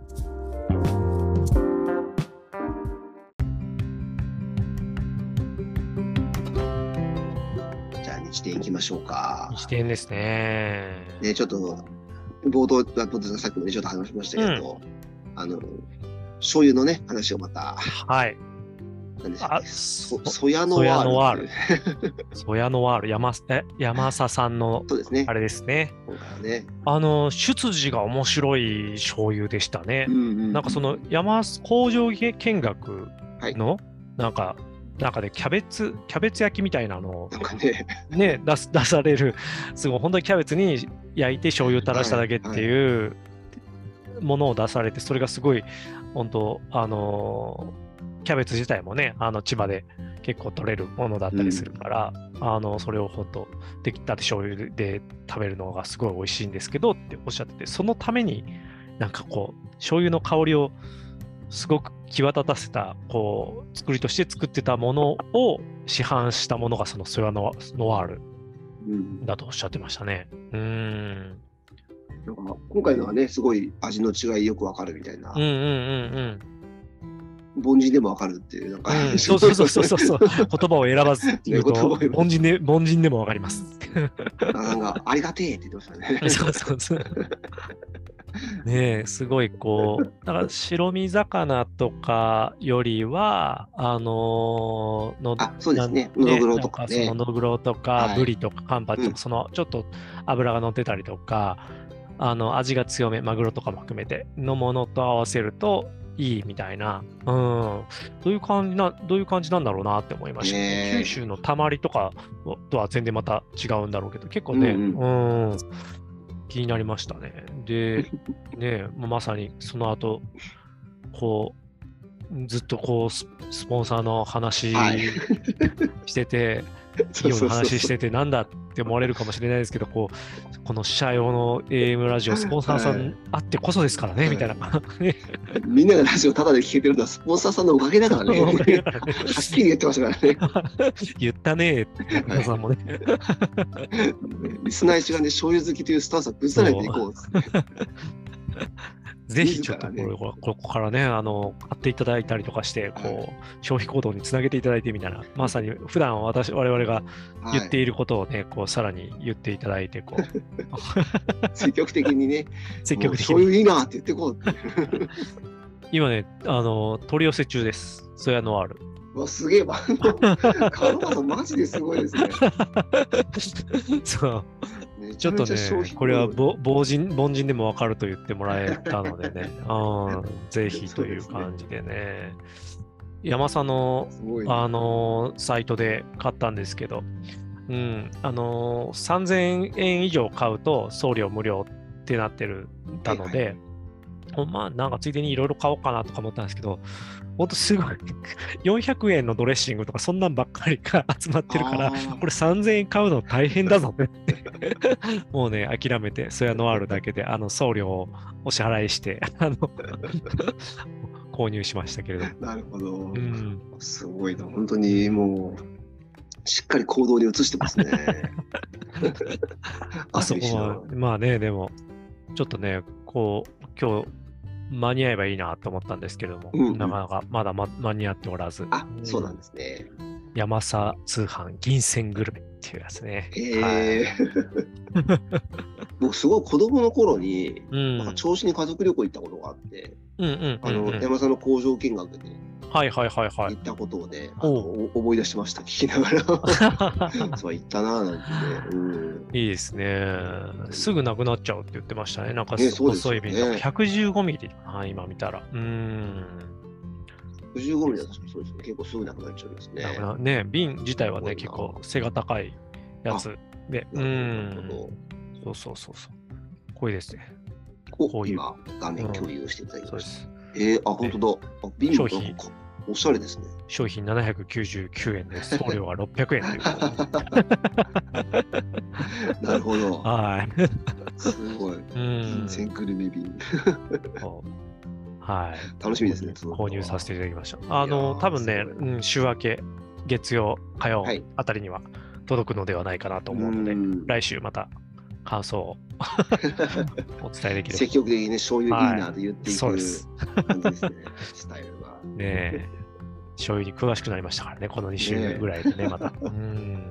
日展いきましょうか。 日展ですね。 ね、ちょっと冒頭はさっきもねちょっと話しましたけど、うん、あの醤油のね話をまた。 はい。 何でしたっけ？そソヤノワール。 ソヤノワール。山え山佐さんのそうですね。 あれですね。 今回はね。 あの出自が面白い醤油でしたね。うんうんうん、なんかその山工場見学の、はい、なんか。中でキャベツキャベツ焼きみたいなのをね、ね 出, す出されるすごい本当にキャベツに焼いて醤油垂らしただけっていう、はいはい、 ものを出されて、それがすごい、本当、あのー、キャベツ自体もね、あの千葉で結構取れるものだったりするから、うん、あのそれを本当、できたて醤油で食べるのがすごい美味しいんですけどっておっしゃってて、そのために、なんかこう、醤油の香りをすごく際立たせた、こう、作りとして作ってたものを市販したものが、そのソヤノワールだとおっしゃってましたね。うん。うんなんか今回のはね、すごい味の違いよくわかるみたいな。 うんうんうんうん。凡人でもわかるっていう、なんか、 うん、そうそうそうそうそう。言葉を選ばずっていうと、ね、凡人で、凡人でもわかります。 なんか、ありがてえって言ってましたね。 そうそうそう。ねえ、すごいこう、だから白身魚とかよりは、あのー、のあ、そうですね、のどぐろとかね。 そののどぐろとか、はい、ブリとかカンパチとか、うん、そのちょっと脂が乗ってたりとか、あの味が強め、マグロとかも含めてのものと合わせるといいみたいな、うん、どういう感じな、どういう感じなんだろうなって思いました、ね。九州のたまりとかとは全然また違うんだろうけど、結構ね、うん、うんうん気になりましたね。で、ね、まさにその後、こう、ずっとこうス、スポンサーの話してて、企業の話してて、なんだって思われるかもしれないですけど、こう、この社用の エーエム ラジオ、スポンサーさんあってこそですからね、はい、みたいな。 みんながラジオタダで聞けてるのはスポンサーさんのおかげだからね。はっきり言ってましたからね。 言ったねーって、皆さんもね。 リスナー一がね、醤油好きというスタンスは崩さないでいこうですね。 ぜひちょっとこれ、ね、ここからね、あの、買っていただいたりとかして、こう、はい、消費行動につなげていただいてみたいな、まさに普段私、我々が言っていることをね、はい、こう、さらに言っていただいて、こう。 積極的にね、 積極的に。 そういういいなって言ってこうって。 今ね、あの、取り寄せ中です。ソヤノワール。 わ、すげえわ。カロマさん、マジですごいですね。 そう。ちょっとね、これは凡人、凡人でも分かると言ってもらえたのでね、うん、ぜひという感じでね。山佐の、あのー、サイトで買ったんですけど、うん、あのー、さんぜんえん以上買うと送料無料ってなってるたので、はいはい、まあ、なんかついでにいろいろ買おうかなとか思ったんですけど、ほんとすごいよんひゃくえんのドレッシングとかそんなんばっかりが集まってるから、これさんぜんえん買うの大変だぞねもうね、諦めて、ソヤノワールだけであの送料をお支払いして、あの購入しましたけれども。 なるほど。うん、すごいな、本当にもう、しっかり行動に移してますね。 あそこは、まあね、でも、ちょっとね、こう、今日、間に合えばいいなと思ったんですけれども、うんうん、なかなかまだ、ま、間に合っておらず。 あ、そうなんですね。 山佐通販銀線グルメっていうやつね。 へえー。はい、僕すごい子供の頃に、うん、なんか銚子に家族旅行行ったことがあって、あの山佐の工場見学ではいはいはいはい。 行ったことをね、あの思い出しました、聞きながら。そう行ったなぁなんてね、うん。 いいですね。すぐなくなっちゃうって言ってましたね。なんか細い瓶、ね、ひゃくじゅうごミリ、はい、今見たら。うん。 ひゃくじゅうごミリだとそうですね。結構すぐなくなっちゃうんですね。 ね、瓶自体はね、結構背が高いやつで。うん。そうそうそうそう。こういうですね。 こういう。今、画面共有していただきました。うん、えー、あ、本当だ。あ、瓶商品。 おしゃれですね。 商品ななひゃくきゅうじゅうきゅうえんで、送料がろっぴゃくえんという。 なるほど。 はい。 すごい。銀線グルメ瓶。 はい。 楽しみですね。 購入させていただきました。あの、多分ね、うん、週明け、月曜、火曜あたりには届くのではないかなと思うので、はい、来週また感想をお伝えできる。 積極的にね、醤油いいなと言っていく感じですね、スタイルが。 ねえ、醤油に詳しくなりましたからね、このに週ぐらいでね、また。うん。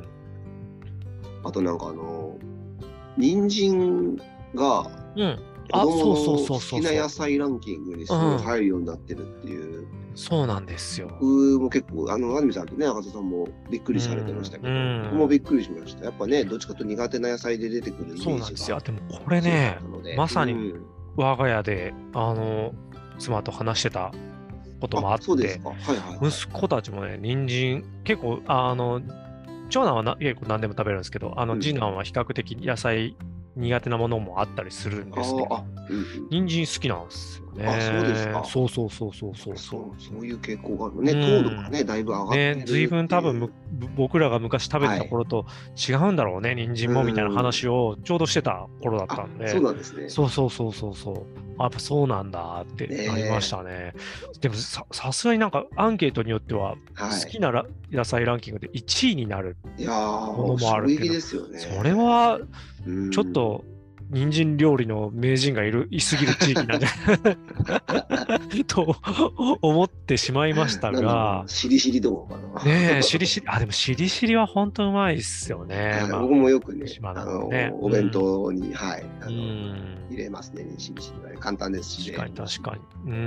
あとなんかあの、人参が、 うん子供の好きな野菜ランキングにすごい入るようになってるっていう。 そうなんですよ。 僕も結構、あの、アニメさんとね、赤瀬さんもびっくりされてましたけど、僕もびっくりしました。やっぱね、どっちかと苦手な野菜で出てくるイメージが。 そうなんですよ。でもこれね、まさに我が家で、あの、妻と話してたこともあって、 そうですか。はいはい。 息子たちもね、人参、結構、あの、長男はな結構何でも食べるんですけど、あの、次男は比較的野菜苦手なものもあったりするんですけど、 あうんうん、 人参好きなんですよね。 あ、そうですか。 そうそうそうそうそうそう。そういう傾向があるうね。糖度んがね、だいぶ上がってるっていう。 ね、随分多分む僕らが昔食べてた頃と違うんだろうね、人参もみたいな話をちょうどしてた頃だったんで、 そうなんですね。 そうそうそうそうそう。あ、やっぱそうなんだってなりましたね。でもさ、さすがになんかアンケートによっては、 はい好きなラ野菜ランキングでいちいになるいやものー、衝もあるっていうのは、 撃ですよね。 それはうんちょっと人参料理の名人がいる、いすぎる地域なんじゃないと思ってしまいましたなんだろがう、しりしりどうかな。 ねえ、しりしり、あ、でもしりしりは本当うまいっすよね。 はいまあ、 僕もよくね、 島あののね。 お弁当に、はい、あうのん。 入れますね、しりしりはね。簡単ですしね。 確かに確かに。うん。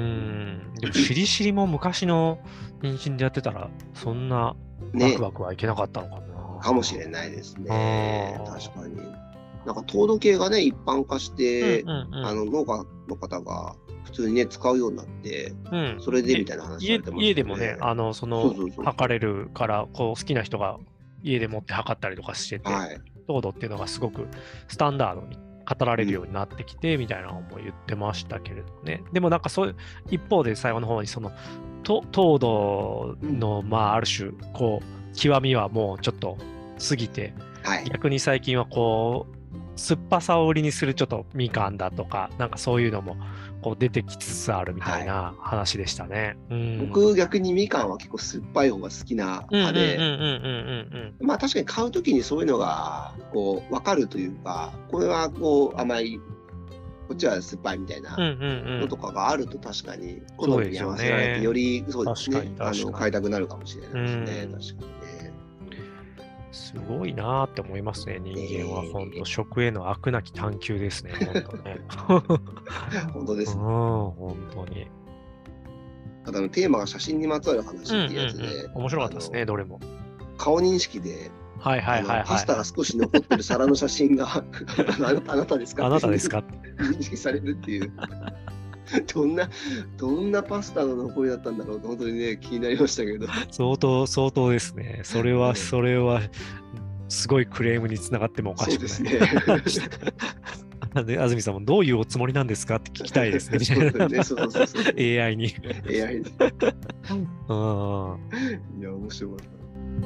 でもしりしりも昔の人参でやってたら、そんなワクワクはいけなかったのかな。 かもしれないですね。 あー確かに。なんか糖度計がね、一般化して、 うんうんうんあの農家の方が普通にね、使うようになって、 うんそれでみたいな話さ家れてましたね。 家でもね、あの、そそうのそうそうそう、 測れるから、こう、好きな人が家で持って測ったりとかしてて、 はい。 糖度っていうのがすごくスタンダードに語られるようになってきて、みたいなのも言ってましたけれどね。でもなんかそういう、一方で最後の方にその、と糖度の、まあ、ある種、こう、極みはもうちょっと過ぎて、 はい。 逆に最近はこう、酸っぱさを売りにするちょっとみかんだとか、なんかそういうのもこう出てきつつあるみたいな話でしたね。うん、 僕、逆にみかんは結構酸っぱい方が好きな派で、まあ確かに買うときにそういうのがこう分かるというか、これはこう甘い、こっちは酸っぱいみたいなのとかがあると確かに好みに合わせられて、よりそうですね、あの買いたくなるかもしれないですね。確かにね。 すごいなーって思いますね、人間は。本当、食への飽くなき探求ですね、本当ね。 本当ですね。 本当に。 ただのテーマが写真にまつわる話っていうやつで、 うんうんうん、面白かったですね、どれも。 顔認識で、 はいはいはいはい、 パスタが少し残ってる皿の写真があなたですかあなたですか認識されるっていう。どんな、どんなパスタの残りだったんだろうと、本当にね、気になりましたけど。 相当、相当ですね。それは、それは、すごいクレームにつながってもおかしくない。そうですね。で、安住さんもどういうおつもりなんですかって聞きたいですね。 ね、そうそうそうそう。 エーアイ に。 エーアイ に。 あいや、面白かった。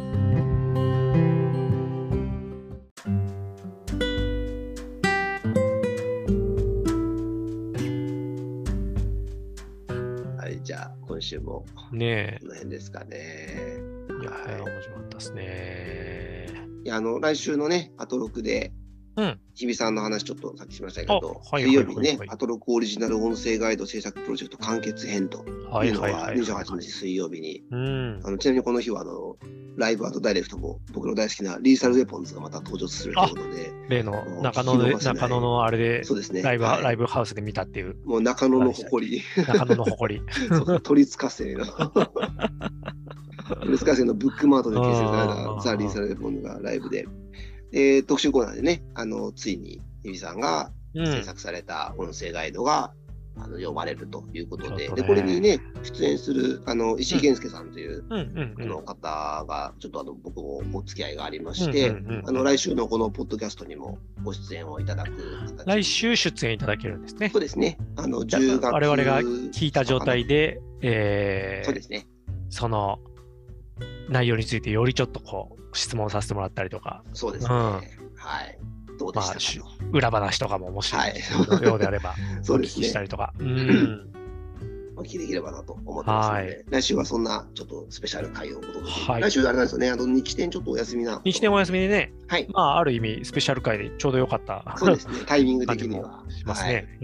じゃあ今週もねこの辺ですかね。 いや、はい、面白かったですね。 いや、あの来週のね、アトロクで、 うん、 日比さんの話ちょっとさっきしましたけど、 はい、 水曜日にね、アトロクオリジナル音声ガイド制作プロジェクト完結編というのがにじゅうはちにち水曜日に、あのちなみにこの日はあのライブアートダイレクトも僕の大好きなリーサルウェポンズがまた登場するということで、 例の中野で中野のあれでそうですね、 ライブ、はい、ライブハウスで見たっていう。 もう中野の誇り。 中野の誇り。 そう都立火星の。都立火星のブックマートで形成されたザ・リーサルウェポンズがライブで、で特集コーナーでね、あのついに日比さんが制作された音声ガイドが、うん、あの読まれるということで、でこれにね出演するあの石井健介さんというの方がちょっとあの僕もお付き合いがありまして、あの来週のこのポッドキャストにもご出演をいただく形。 来週出演いただけるんですね。 そうですね。あのじゅうがつ我々が聞いた状態で、えー、 そうですね。 その内容についてよりちょっとこう質問させてもらったりとか。 そうですね。うん、はい。どうでしたかと、 まあ、裏話とかももしのようであればお聞きしたりとか。 そうですね。うん。お聞きできればなと思ってますので、はい、来週はそんなちょっとスペシャル回をお届けして、はい、来週あれなんですよね、あの日展ちょっとお休みな。 日展お休みでね、 はい。 まあある意味スペシャル回でちょうどよかった。 そうですね、タイミング的には。 しますね。はい、うん。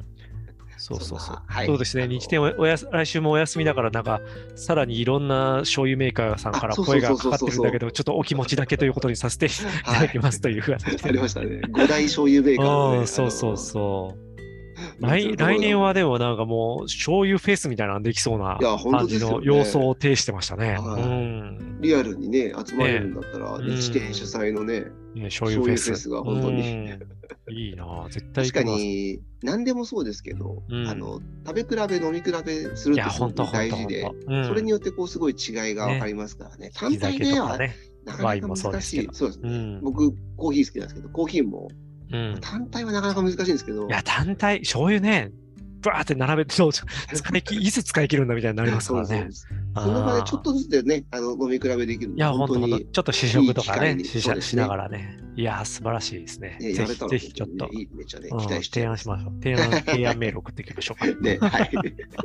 そうそうそう。 はい、 そうですね。日展おやす来週もお休みだから、なんか、さらにいろんな醤油メーカーさんから声がかかってるんだけど、ちょっとお気持ちだけということにさせていただきますというふうに。 ありましたね。五大醤油メーカーの、ね。 そうそうそう。来, 来年はでもなんかもう醤油フェスみたいなのできそうな感じの様相を呈してましたね。うん、 リアルにね、集まれるんだったら、ね、日展主催のね、 ね醤油フェス。 フェスが本当に。 いいな絶対確かに、何でもそうですけど、うん、あの食べ比べ、飲み比べするってすごく大事で、うん、それによってこうすごい違いが分かりますからね。ね単体では、ね、なかなか難しい。そうですね。うん、僕、コーヒー好きなんですけど、コーヒーもうん、 単体はなかなか難しいんですけど。 いや、単体、醤油ね、バーって並べて、使いきいつ使い切るんだみたいになりますからね。 その場でちょっとずつでね、あの飲み比べできるので、 いや、本当にちょっと試食とかね、試食しながらね。いや、素晴らしいですね。ぜひ、ぜひちょっと、提案しましょう。提案、提案メール送っていきましょうか。 ね、はい。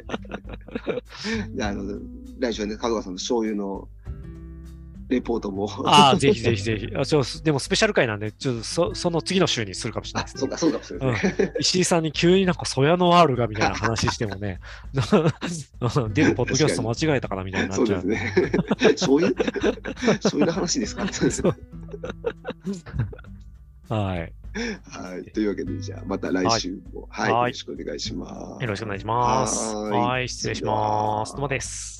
あの、来週はね、門川さんの醤油のレポートも。 ああ、ぜひぜひぜひ。あちょでもスペシャル回なんで、ちょっと そ, その次の週にするかもしれないです、ね。 そうか、そうかもしれないですね、 うん。石井さんに急になんかソヤノワールがみたいな話してもね、出るポッドキャスト間違えたかなみたいになっちゃう。 そうですね。醤油醤油の話ですかはい。 はい。というわけで、じゃあ、また来週も、はい、はい、よろしくお願いします。 よろしくお願いします。はい、失礼します。どうもです。